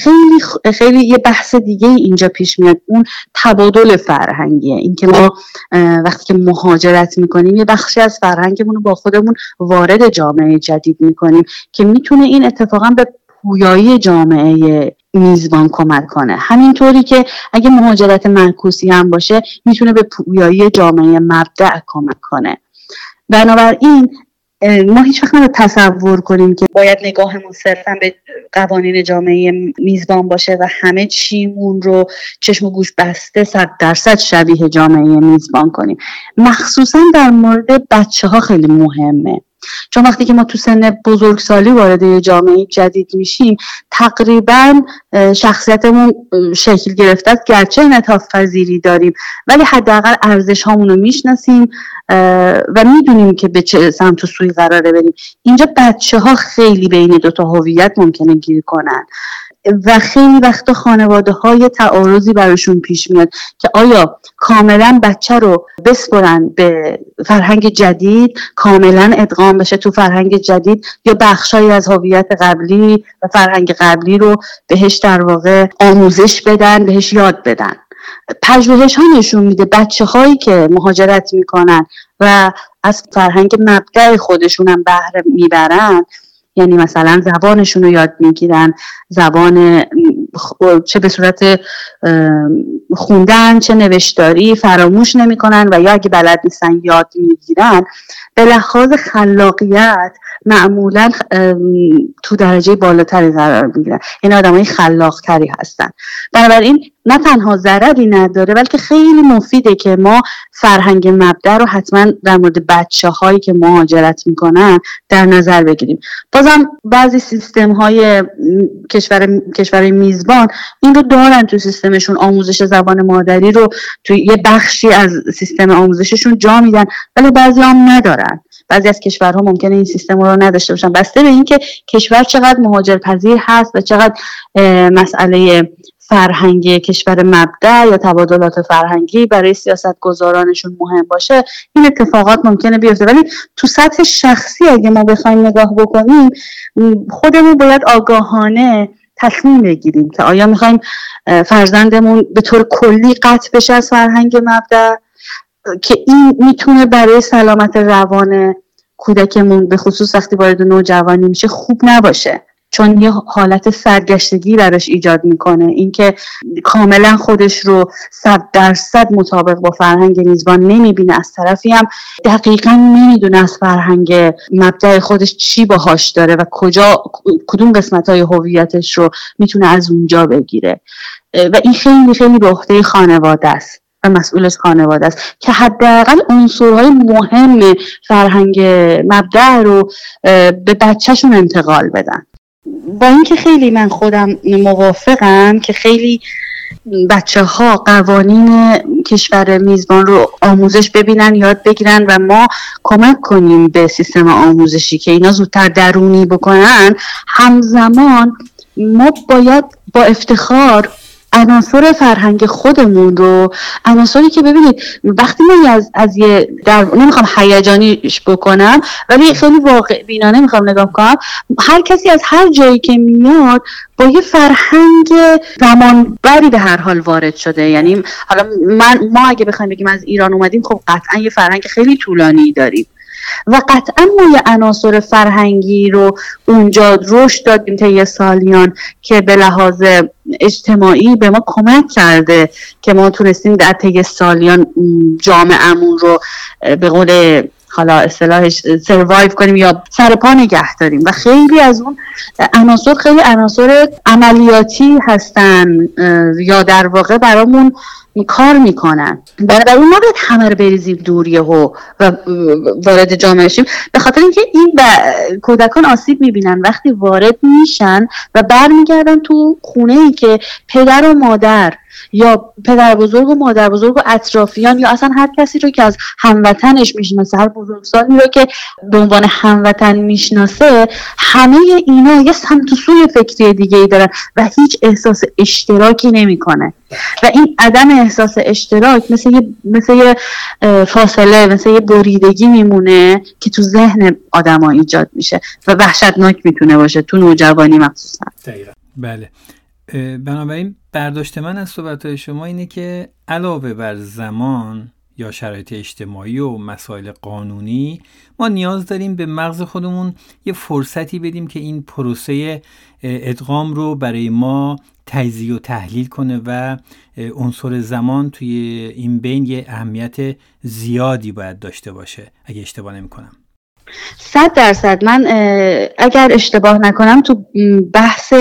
خیلی یه بحث دیگه اینجا پیش میاد، اون تبادل فرهنگیه. این که ما وقتی که مهاجرت میکنیم یه بخشی از فرهنگمون رو با خودمون وارد جامعه جدید میکنیم که میتونه این اتفاقا به پویایی جامعه میزبان کمک کنه. همینطوری که اگه مهاجرت معکوسی هم باشه میتونه به پویایی جامعه مبدأ کمک کنه. بنابراین ما هیچ وقت نباید تصور کنیم که باید نگاهمون صرفا به قوانین جامعه میزبان باشه و همه چیمون رو چشم و گوش بسته 100% شبیه جامعه میزبان کنیم. مخصوصا در مورد بچه‌ها خیلی مهمه، چون وقتی که ما تو سن بزرگسالی وارد یه جامعه جدید میشیم تقریبا شخصیتمون شکل گرفته است، گرچه انعطاف پذیری داریم ولی حداقل ارزش هامون رو میشناسیم و میدونیم که به چه سمت و سوی قراره بریم. اینجا بچه‌ها خیلی بین دوتا هویت ممکنه گیر کنن و خیلی وقتا خانواده‌های تعارضی براشون پیش میاد که آیا کاملا بچه رو بسپرن به فرهنگ جدید، کاملا ادغام بشه تو فرهنگ جدید، یا بخشایی از هویت قبلی و فرهنگ قبلی رو بهش در واقع آموزش بدن، بهش یاد بدن. پژوهش ها نشون میده بچه هایی که مهاجرت میکنن و از فرهنگ مبدأ خودشون هم بهره میبرن، یعنی مثلا زبانشون رو یاد میگیرن، زبان چه به صورت خوندن چه نوشتاری فراموش نمیکنن و یا اگه بلد نیستن یاد میگیرن، به لحاظ خلاقیت معمولا تو درجه بالاتری قرار میگیرن، یعنی آدمای خلاقتری هستن. بنابراین نه تنها ضرری نداره بلکه خیلی مفیده که ما فرهنگ مبدأ رو حتما در مورد بچه‌هایی که مهاجرت میکنن در نظر بگیریم. بازم بعضی سیستم‌های کشور میزبان این رو دارن تو سیستمشون، آموزش زبان مادری رو تو یه بخشی از سیستم آموزششون جا میدن، ولی بعضی هم ندارن. بعضی از کشورها ممکنه این سیستم رو نداشته باشن، بسته به اینکه کشور چقدر مهاجرپذیر هست و چقدر مسئله فرهنگ کشور مبدأ یا تبادلات فرهنگی برای سیاستگزارانشون مهم باشه، این اتفاقات ممکنه بیفته. ولی تو سطح شخصی اگه ما بخوایم نگاه بکنیم، خودمون باید آگاهانه تصمیم بگیریم که آیا میخوایم فرزندمون به طور کلی قطع بشه از فرهنگ مبدأ، که این میتونه برای سلامت روان کودکمون به خصوص وقتی وارد نوجوانی میشه خوب نباشه، چون یه حالت سرگشتگی براش ایجاد میکنه. اینکه کاملا خودش رو 100% مطابق با فرهنگ میزبان نمیبینه، از طرفی هم دقیقا نمیدونه از فرهنگ مبدأ خودش چی باهاش داره و کدوم قسمت‌های هویتش رو میتونه از اونجا بگیره. و این خیلی خیلی به عهده خانواده است و مسئولش خانواده است که حداقل عنصرهای مهم فرهنگ مبدأ رو به بچه‌شون انتقال بدن. با اینکه خیلی من خودم موافقم که خیلی بچه‌ها قوانین کشور میزبان رو آموزش ببینن، یاد بگیرن و ما کمک کنیم به سیستم آموزشی که اینا زودتر درونی بکنن، همزمان ما باید با افتخار عناصر فرهنگ خودمون رو، عناصری که ببینید وقتی من از یه نمیخوام هیجانیش بکنم ولی خیلی واقع بینانه میخوام نگاه کنم، هر کسی از هر جایی که میاد با یه فرهنگ زمانبری به هر حال وارد شده. یعنی حالا ما اگه بخوایم بگیم از ایران اومدیم، خب قطعا یه فرهنگ خیلی طولانی داریم و قطعا ما یه عناصر فرهنگی رو اونجا رشد دادیم طی سالیان که به لحاظ اجتماعی به ما کمک کرده که ما تونستیم در طی سالیان جامعه‌مون رو به قول حالا اصطلاحش سروایو کنیم یا سر پا نگه داریم. و خیلی از اون عناصر خیلی عناصر عملیاتی هستن یا در واقع برامون کار میکنن. بنابراین ما باید همه رو بریزیم دوریه و وارد جامعه شیم، به خاطر اینکه این کودکان آسیب میبینن وقتی وارد میشن و برمیگردن تو خونه ای که پدر و مادر یا پدر بزرگ و مادر بزرگ و اطرافیان یا اصلا هر کسی رو که از هموطنش میشناسه، هر بزرگسالی رو که به عنوان هموطن میشناسه، همه اینا یه سمت و سوی فکری دیگه ای دارن و هیچ احساس اشتراکی نمیکنه. و این عدم احساس اشتراک مثل یه فاصله، مثل یه بریدگی میمونه که تو ذهن آدم ها ایجاد میشه و وحشتناک میتونه باشه تو نوجوانی مخصوصا. دقیقا. بله. بنابراین برداشت من از صحبت‌های شما اینه که علاوه بر زمان یا شرایط اجتماعی و مسائل قانونی، ما نیاز داریم به مغز خودمون یه فرصتی بدیم که این پروسه ادغام رو برای ما تجزیه و تحلیل کنه و عنصر زمان توی این بین یه اهمیت زیادی باید داشته باشه اگه اشتباه نمی‌کنم. 100%. من اگر اشتباه نکنم تو بحث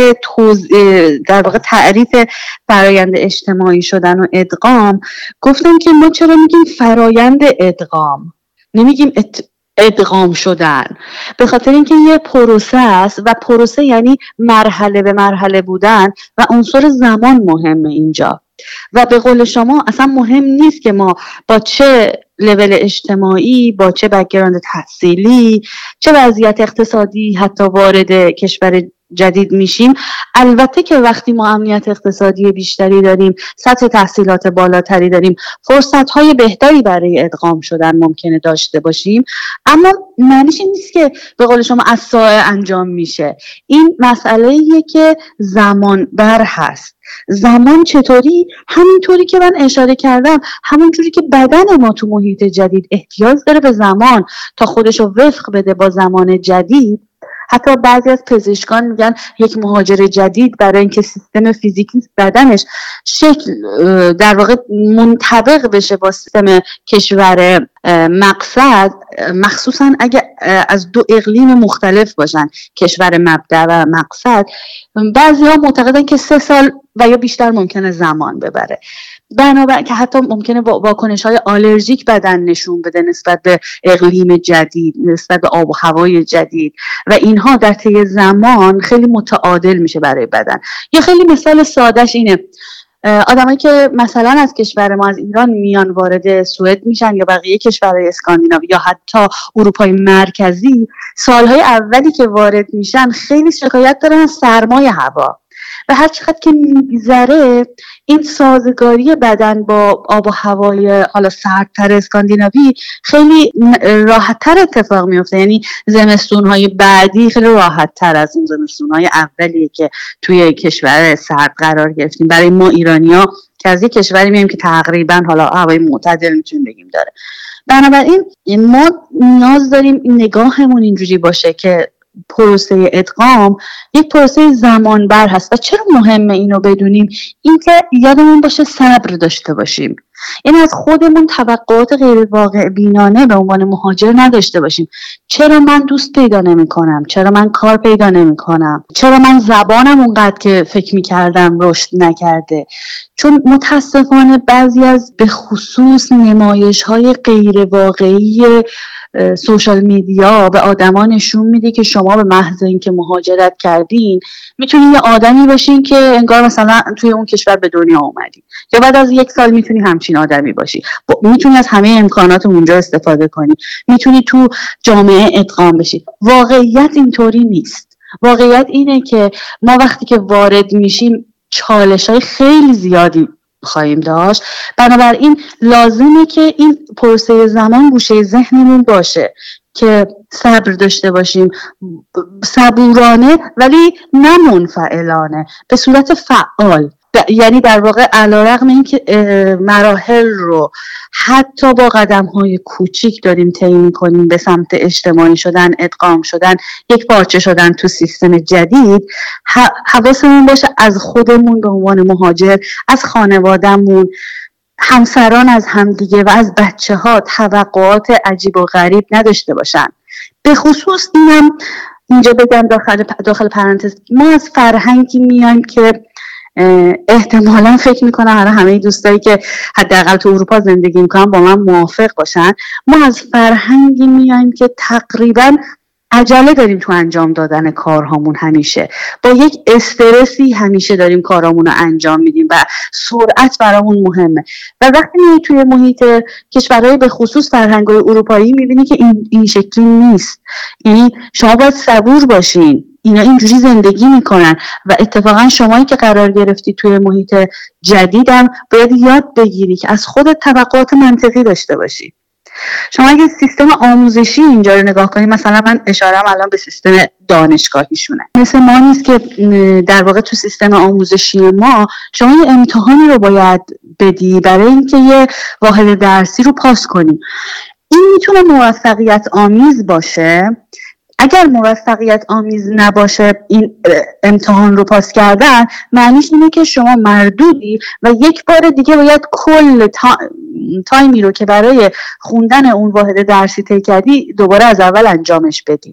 در واقع تعریف فرایند اجتماعی شدن و ادغام گفتم که ما چرا میگیم فرایند ادغام، نمیگیم ادغام شدن، به خاطر اینکه یه پروسه است و پروسه یعنی مرحله به مرحله بودن و عنصر زمان مهمه اینجا. و به قول شما اصلا مهم نیست که ما با چه لول اجتماعی، با چه بک‌گراند تحصیلی، چه وضعیت اقتصادی حتی وارد کشور جدید میشیم. البته که وقتی ما امنیت اقتصادی بیشتری داریم، سطح تحصیلات بالاتری داریم، فرصت‌های بهتری برای ادغام شدن ممکنه داشته باشیم، اما معنیش این نیست که به قول شما از سایه انجام میشه. این مسئله‌ایه که زمان بر هست. زمان چطوری؟ همینطوری که من اشاره کردم، همونجوری که بدن ما تو محیط جدید احتیاج داره به زمان تا خودشو وفق بده با زمان جدید. حتی بعضی از پزشکان میگن یک مهاجر جدید برای اینکه سیستم فیزیکی بدنش شکل در واقع منطبق بشه با سیستم کشور مقصد، مخصوصا اگه از دو اقلیم مختلف باشن، کشور مبدأ و مقصد، بعضی ها معتقدن که 3 سال و یا بیشتر ممکنه زمان ببره، بنابراین که حتی ممکنه واکنش‌های آلرژیک بدن نشون بده نسبت به اقلیم جدید، نسبت به آب و هوای جدید و اینها در طی زمان خیلی متعادل میشه برای بدن. یه خیلی مثال سادهش اینه، آدمایی که مثلا از کشور ما، از ایران میان وارد سوئد میشن یا بقیه کشورهای اسکاندیناوی یا حتی اروپای مرکزی، سالهای اولی که وارد میشن خیلی شکایت دارن از سرمای هوا و هر چقدر که میگذره این سازگاری بدن با آب و هوای حالا سردتر اسکاندیناوی خیلی راحت‌تر اتفاق میفته. یعنی زمستون‌های بعدی خیلی راحت‌تر از اون زمستون‌های اولیه که توی کشور سرد قرار گرفتیم. برای ما ایرانی‌ها که از یک کشوری میایم که تقریبا حالا هوای معتدل میتونیم بگیم داره، بنابراین ما نیاز داریم این نگاهمون اینجوری باشه که پروسه ادغام یک پروسه زمانبر هست. و چرا مهمه اینو بدونیم؟ اینکه یادمون باشه صبر داشته باشیم. یعنی از خودمون توقعات غیر واقع بینانه به عنوان مهاجر نداشته باشیم. چرا من دوست پیدا نمی کنم؟ چرا من کار پیدا نمی کنم؟ چرا من زبانم اونقدر که فکر می کردم رشد نکرده؟ چون متاسفانه بعضی از به خصوص نمایش های غیر واقعی سوشال میدیا به آدما نشون میده که شما به محض اینکه مهاجرت کردین میتونین یه آدمی باشین که انگار مثلا توی اون کشور به دنیا اومدین، یا بعد از 1 سال میتونی همچین آدمی باشی، میتونی از همه امکانات اونجا استفاده کنی، میتونی تو جامعه ادغام بشی. واقعیت اینطوری نیست. واقعیت اینه که ما وقتی که وارد میشیم چالش‌های خیلی زیادی خواهیم داشت. بنابراین لازمه که این پروسه زمان گوشه ذهنمون باشه که صبر داشته باشیم، صبورانه ولی نه منفعلانه، به صورت فعال. یعنی در واقع علیرغم اینکه مراحل رو حتی با قدم‌های کوچیک داریم طی می‌کنیم به سمت اجتماعی شدن، ادغام شدن، یک پارچه شدن تو سیستم جدید، حواسمون باشه از خودمون به عنوان مهاجر، از خانواده‌مون، همسران از همدیگه و از بچه‌ها توقعات عجیب و غریب نداشته باشن. به خصوص اینم اینجا بگم داخل پرانتز، ما از فرهنگی میایم که احتمالا فکر میکنم همه دوستایی که حداقل تو اروپا زندگی میکنن با من موافق باشن، ما از فرهنگی میایم که تقریبا عجله داریم تو انجام دادن کارهامون، همیشه با یک استرسی همیشه داریم کارهامون رو انجام میدیم و سرعت برامون مهمه. و وقتی میای توی محیط کشورهای به خصوص فرهنگ‌های اروپایی میبینی که این شکلی نیست. یعنی شما باید صبور باشین، اینا اینجوری زندگی میکنن و اتفاقا شمایی که قرار گرفتی توی محیط جدیدم باید یاد بگیری که از خودت توقعات منطقی داشته باشی. شما اگه سیستم آموزشی اینجا رو نگاه کنید، مثلا من اشاره‌ام الان به سیستم دانشگاهیشونه، مثل ما نیست که در واقع تو سیستم آموزشی ما شما یه امتحانی رو باید بدی برای اینکه یه واحد درسی رو پاس کنی. این میتونه موفقیت آمیز باشه. اگر موفقیت آمیز نباشه این امتحان رو پاس کردن، معنیش اینه که شما مردودی و یک بار دیگه باید کل تایمی رو که برای خوندن اون واحد درسی طی کردی دوباره از اول انجامش بدی.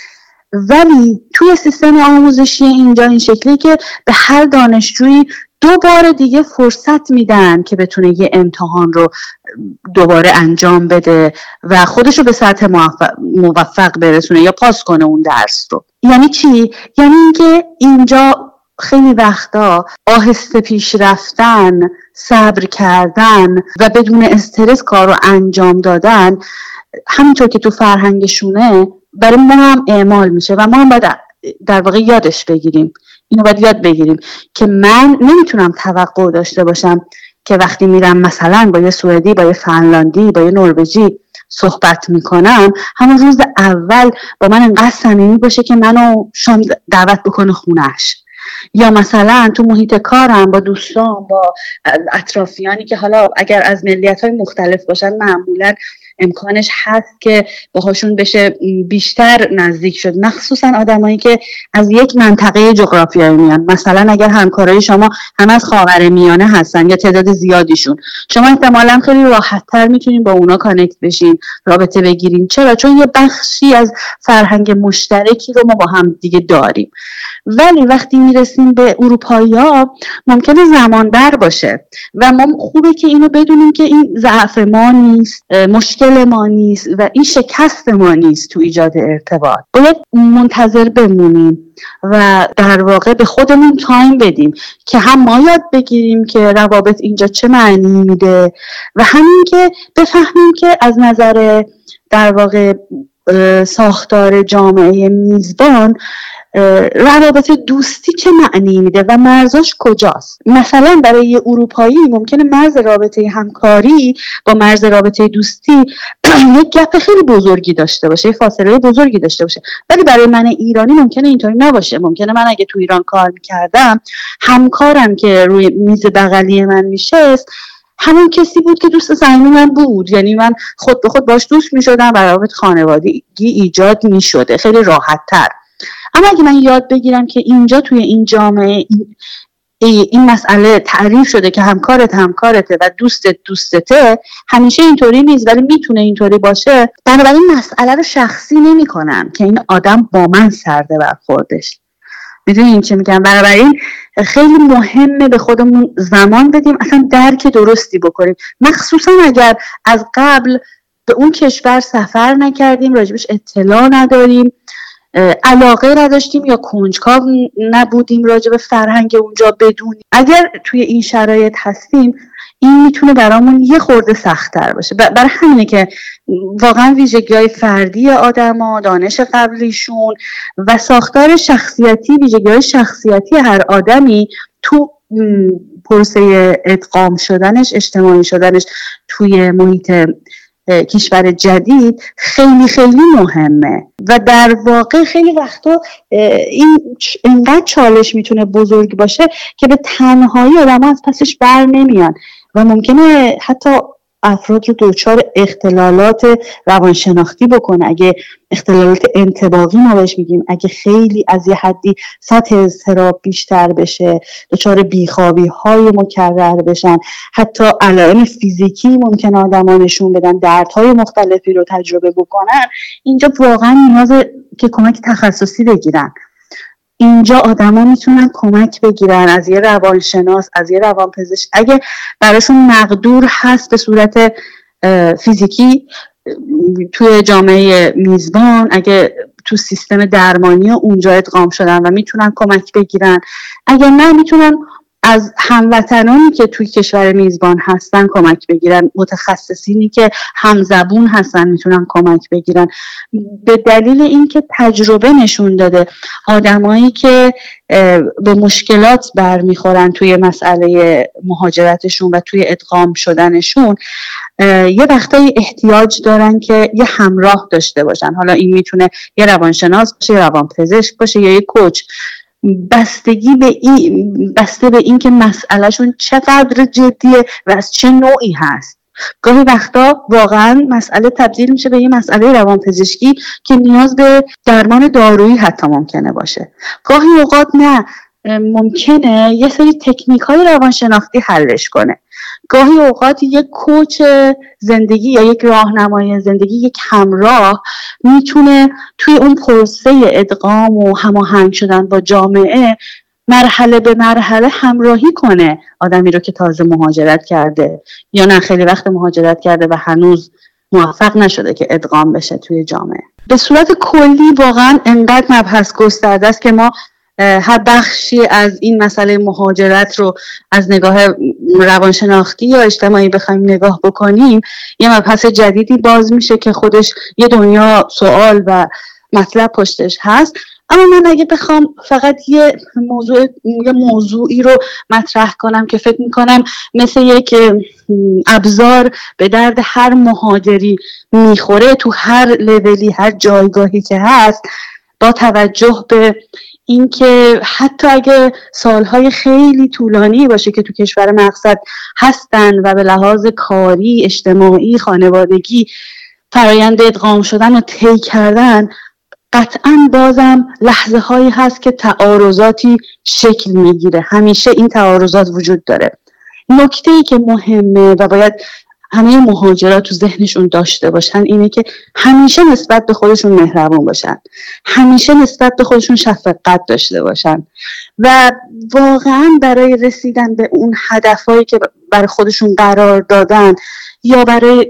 ولی توی سیستم آموزشی اینجا این شکلی که به هر دانشجویی 2 بار دیگه فرصت میدن که بتونه یه امتحان رو دوباره انجام بده و خودش رو به سطح موفق برسونه یا پاس کنه اون درس رو. یعنی چی؟ یعنی اینکه اینجا خیلی وقتا آهسته پیش رفتن، صبر کردن و بدون استرس کار رو انجام دادن، همینطور که تو فرهنگشونه برای ما هم اعمال میشه و ما هم باید در واقع یادش بگیریم. اینو باید یاد بگیریم که من نمیتونم توقع داشته باشم که وقتی میرم مثلا با یه سوئدی، با یه فنلاندی، با یه نروژی صحبت میکنم، همون روز اول با من انقدر صمیمی باشه که منو شام دعوت بکنه خونهش. یا مثلا تو محیط کارم با دوستان، با اطرافیانی که حالا اگر از ملیت‌های مختلف باشن معمولاً امکانش هست که باهاشون بشه بیشتر نزدیک شد، مخصوصا آدمایی که از یک منطقه جغرافیایی میان. مثلا اگر همکارای شما هم از خاورمیانه هستن یا تعداد زیادیشون، شما احتمالاً خیلی راحت‌تر میتونین با اونا کانکت بشین، رابطه بگیرین. چرا؟ چون یه بخشی از فرهنگ مشترکی رو ما با هم دیگه داریم. ولی وقتی میرسیم به اروپایی‌ها ممکنه زمان بر باشه و ما خوبه که اینو بدونیم که این ضعف ما نیست، مشکل ما نیست و این شکست ما نیست تو ایجاد ارتباط. باید منتظر بمونیم و در واقع به خودمون تایم بدیم که هم ما یاد بگیریم که روابط اینجا چه معنی میده و همین که بفهمیم که از نظر در واقع ساختار جامعه میزبان روابط دوستی چه معنی میده و مرزاش کجاست. مثلا برای یه اروپایی ممکنه مرز رابطه همکاری با مرز رابطه دوستی یک گپ خیلی بزرگی داشته باشه، فاصله بزرگی داشته باشه، ولی برای من ایرانی ممکنه اینطوری نباشه. ممکنه من اگه تو ایران کار میکردم، همکارم که روی میز بغلی من میشست همون کسی بود که دوست صمیمی من بود، یعنی من خود به خود باش دوست میشدم و روابط خانوادگی ایجاد میشده خیلی راحت تر. اما اگه من یاد بگیرم که اینجا توی این جامعه این مسئله تعریف شده که همکارته و دوستته، همیشه اینطوری نیست ولی میتونه اینطوری باشه، بنابراین مسئله رو شخصی نمی کنم که این آدم با من سرده برخوردش. میدونین چه میگم؟ بنابراین خیلی مهمه به خودمون زمان بدیم اصلا درک درستی بکنیم، مخصوصا اگر از قبل به اون کشور سفر نکردیم، راجبش اطلاع نداریم، علاقه نداشتیم یا کنجکاو نبودیم راجع به فرهنگ اونجا بدونیم. اگر توی این شرایط هستیم این میتونه برامون یه خورده سخت‌تر باشه. برای همینه که واقعا ویژگی‌های فردی آدم‌ها، دانش قبلیشون و ساختار شخصیتی، ویژگی‌های شخصیتی هر آدمی تو پروسه ادغام شدنش، اجتماعی شدنش توی محیط کشور جدید خیلی خیلی مهمه و در واقع خیلی وقتا این اینقدر چالش میتونه بزرگ باشه که به تنهایی آدم از پسش بر نمیان و ممکنه حتی افراد رو دچار اختلالات روانشناختی بکنه. اگه اختلالات انطباقی ما بهش میگیم، اگه خیلی از یه حدی سطح اضطراب بیشتر بشه، دچار بیخوابی های مکرر بشن، حتی علائم فیزیکی ممکنه آدما نشون بدن، دردهای مختلفی رو تجربه بکنن، اینجا واقعا نیازه که کمک تخصصی بگیرن. اینجا آدما میتونن کمک بگیرن از یه روانشناس، از یه روانپزشک اگه براشون مقدور هست به صورت فیزیکی توی جامعه میزبان، اگه تو سیستم درمانی اونجا ادغام شدن و میتونن کمک بگیرن، اگه نه میتونن از هموطنانی که توی کشور میزبان هستن کمک بگیرن، متخصصینی که همزبون هستن میتونن کمک بگیرن، به دلیل اینکه تجربه نشون داده آدمایی که به مشکلات برمیخورن توی مسئله مهاجرتشون و توی ادغام شدنشون یه وقتایی احتیاج دارن که یه همراه داشته باشن. حالا این میتونه یه روانشناس باشه، یه روانپزشک باشه یا یه کوچ، بسته به این که مسئلهشون چقدر جدیه و از چه نوعی هست. گاهی وقتا واقعا مسئله تبدیل میشه به یه مسئله روانپزشکی که نیاز به درمان دارویی حتی ممکنه باشه. گاهی اوقات نه، ممکنه یه سری تکنیک‌های روانشناختی حلش کنه. گاهی اوقات یک کوچ زندگی یا یک راهنمای زندگی، یک همراه میتونه توی اون پروسه ادغام و هماهنگ شدن با جامعه مرحله به مرحله همراهی کنه آدمی رو که تازه مهاجرت کرده یا نه خیلی وقت مهاجرت کرده و هنوز موفق نشده که ادغام بشه توی جامعه. به صورت کلی واقعا انقدر مبحث گسترده است که ما هر بخشی از این مسئله مهاجرت رو از نگاه روانشناختی یا اجتماعی بخوایم نگاه بکنیم یه مبحث جدیدی باز میشه که خودش یه دنیا سوال و مطلب پشتش هست. اما من اگه بخوام فقط یه موضوعی رو مطرح کنم که فکر میکنم مثل یک ابزار به درد هر مهاجری میخوره تو هر لولی، هر جایگاهی که هست، با توجه به اینکه حتی اگه سالهای خیلی طولانی باشه که تو کشور مقصد هستن و به لحاظ کاری، اجتماعی، خانوادگی فرایند ادغام شدن و طی کردن، قطعاً بازم لحظه هایی هست که تعارضاتی شکل میگیره. همیشه این تعارضات وجود داره. نکته‌ای که مهمه و باید همه مهاجرات تو ذهنشون داشته باشن اینه که همیشه نسبت به خودشون مهربان باشن، همیشه نسبت به خودشون شفقت داشته باشن و واقعاً برای رسیدن به اون هدفهایی که برای خودشون قرار دادن یا برای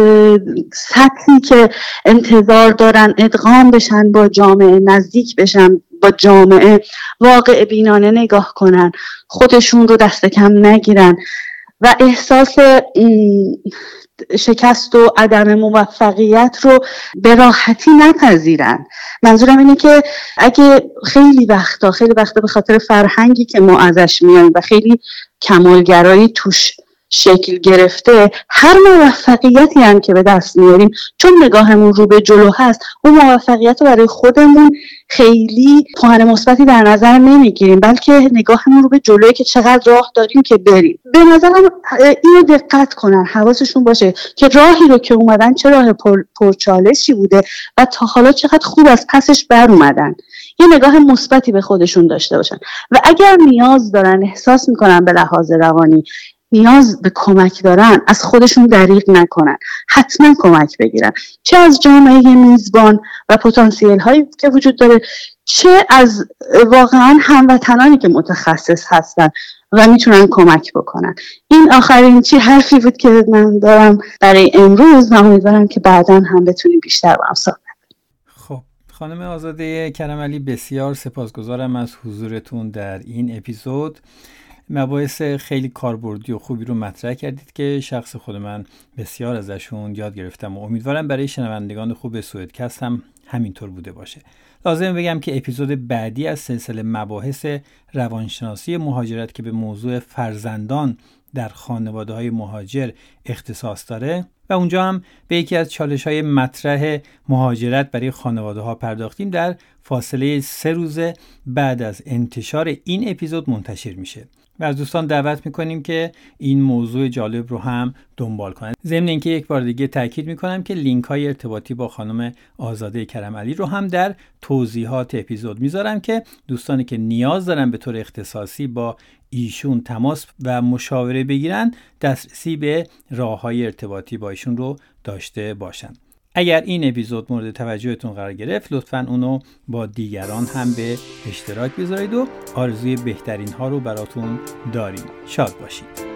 سطحی که انتظار دارن ادغام بشن با جامعه، نزدیک بشن با جامعه، واقع بینانه نگاه کنن، خودشون رو دست کم نگیرن و احساس شکست و عدم موفقیت رو به راحتی نپذیرن. منظورم اینه که اگه خیلی وقتا به خاطر فرهنگی که ما ازش میایم و خیلی کمالگرایی توش شکل گرفته، هر موفقیتی هم که به دست میاریم چون نگاهمون رو به جلو هست، اون موفقیت رو برای خودمون خیلی پوان مثبتی در نظر نمیگیریم، بلکه نگاهمون رو به جلوه که چقدر راه داریم که بریم. به نظرم اینو دقت کنن، حواسشون باشه که راهی رو که اومدن چه راه پرچالشی بوده و تا حالا چقدر خوب از پسش بر اومدن. یه نگاه مثبتی به خودشون داشته باشن و اگر نیاز دارن، احساس میکنن به لحاظ روانی نیاز به کمک دارن، از خودشون دریغ نکنن، حتما کمک بگیرن، چه از جامعه میزبان و پتانسیل هایی که وجود داره، چه از واقعا هموطنانی که متخصص هستن و میتونن کمک بکنن. این آخرین حرفی بود که من دارم برای امروز و امیدوارم که بعداً هم بتونیم بیشتر با هم صحبت کنیم. خب خانم آزاده کرمعلی، بسیار سپاسگزارم از حضورتون در این اپیزود. مباحث خیلی کاربردی و خوبی رو مطرح کردید که شخص خود من بسیار ازشون یاد گرفتم و امیدوارم برای شنوندگان خوب سوئدکست هم همینطور بوده باشه. لازم بگم که اپیزود بعدی از سلسله مباحث روانشناسی مهاجرت که به موضوع فرزندان در خانواده‌های مهاجر اختصاص داره و اونجا هم به یکی از چالش‌های مطرح مهاجرت برای خانواده‌ها پرداختیم، در فاصله 3 روز بعد از انتشار این اپیزود منتشر میشه و از دوستان دعوت میکنیم که این موضوع جالب رو هم دنبال کنن. ضمن اینکه یک بار دیگه تاکید میکنم که لینک های ارتباطی با خانم آزاده کرمعلی رو هم در توضیحات اپیزود میذارم که دوستانی که نیاز دارن به طور اختصاصی با ایشون تماس و مشاوره بگیرن، دسترسی به راه‌های ارتباطی با ایشون رو داشته باشن. اگر این اپیزود مورد توجهتون قرار گرفت، لطفاً اونو با دیگران هم به اشتراک بذارید و آرزوی بهترین ها رو براتون داریم. شاد باشید.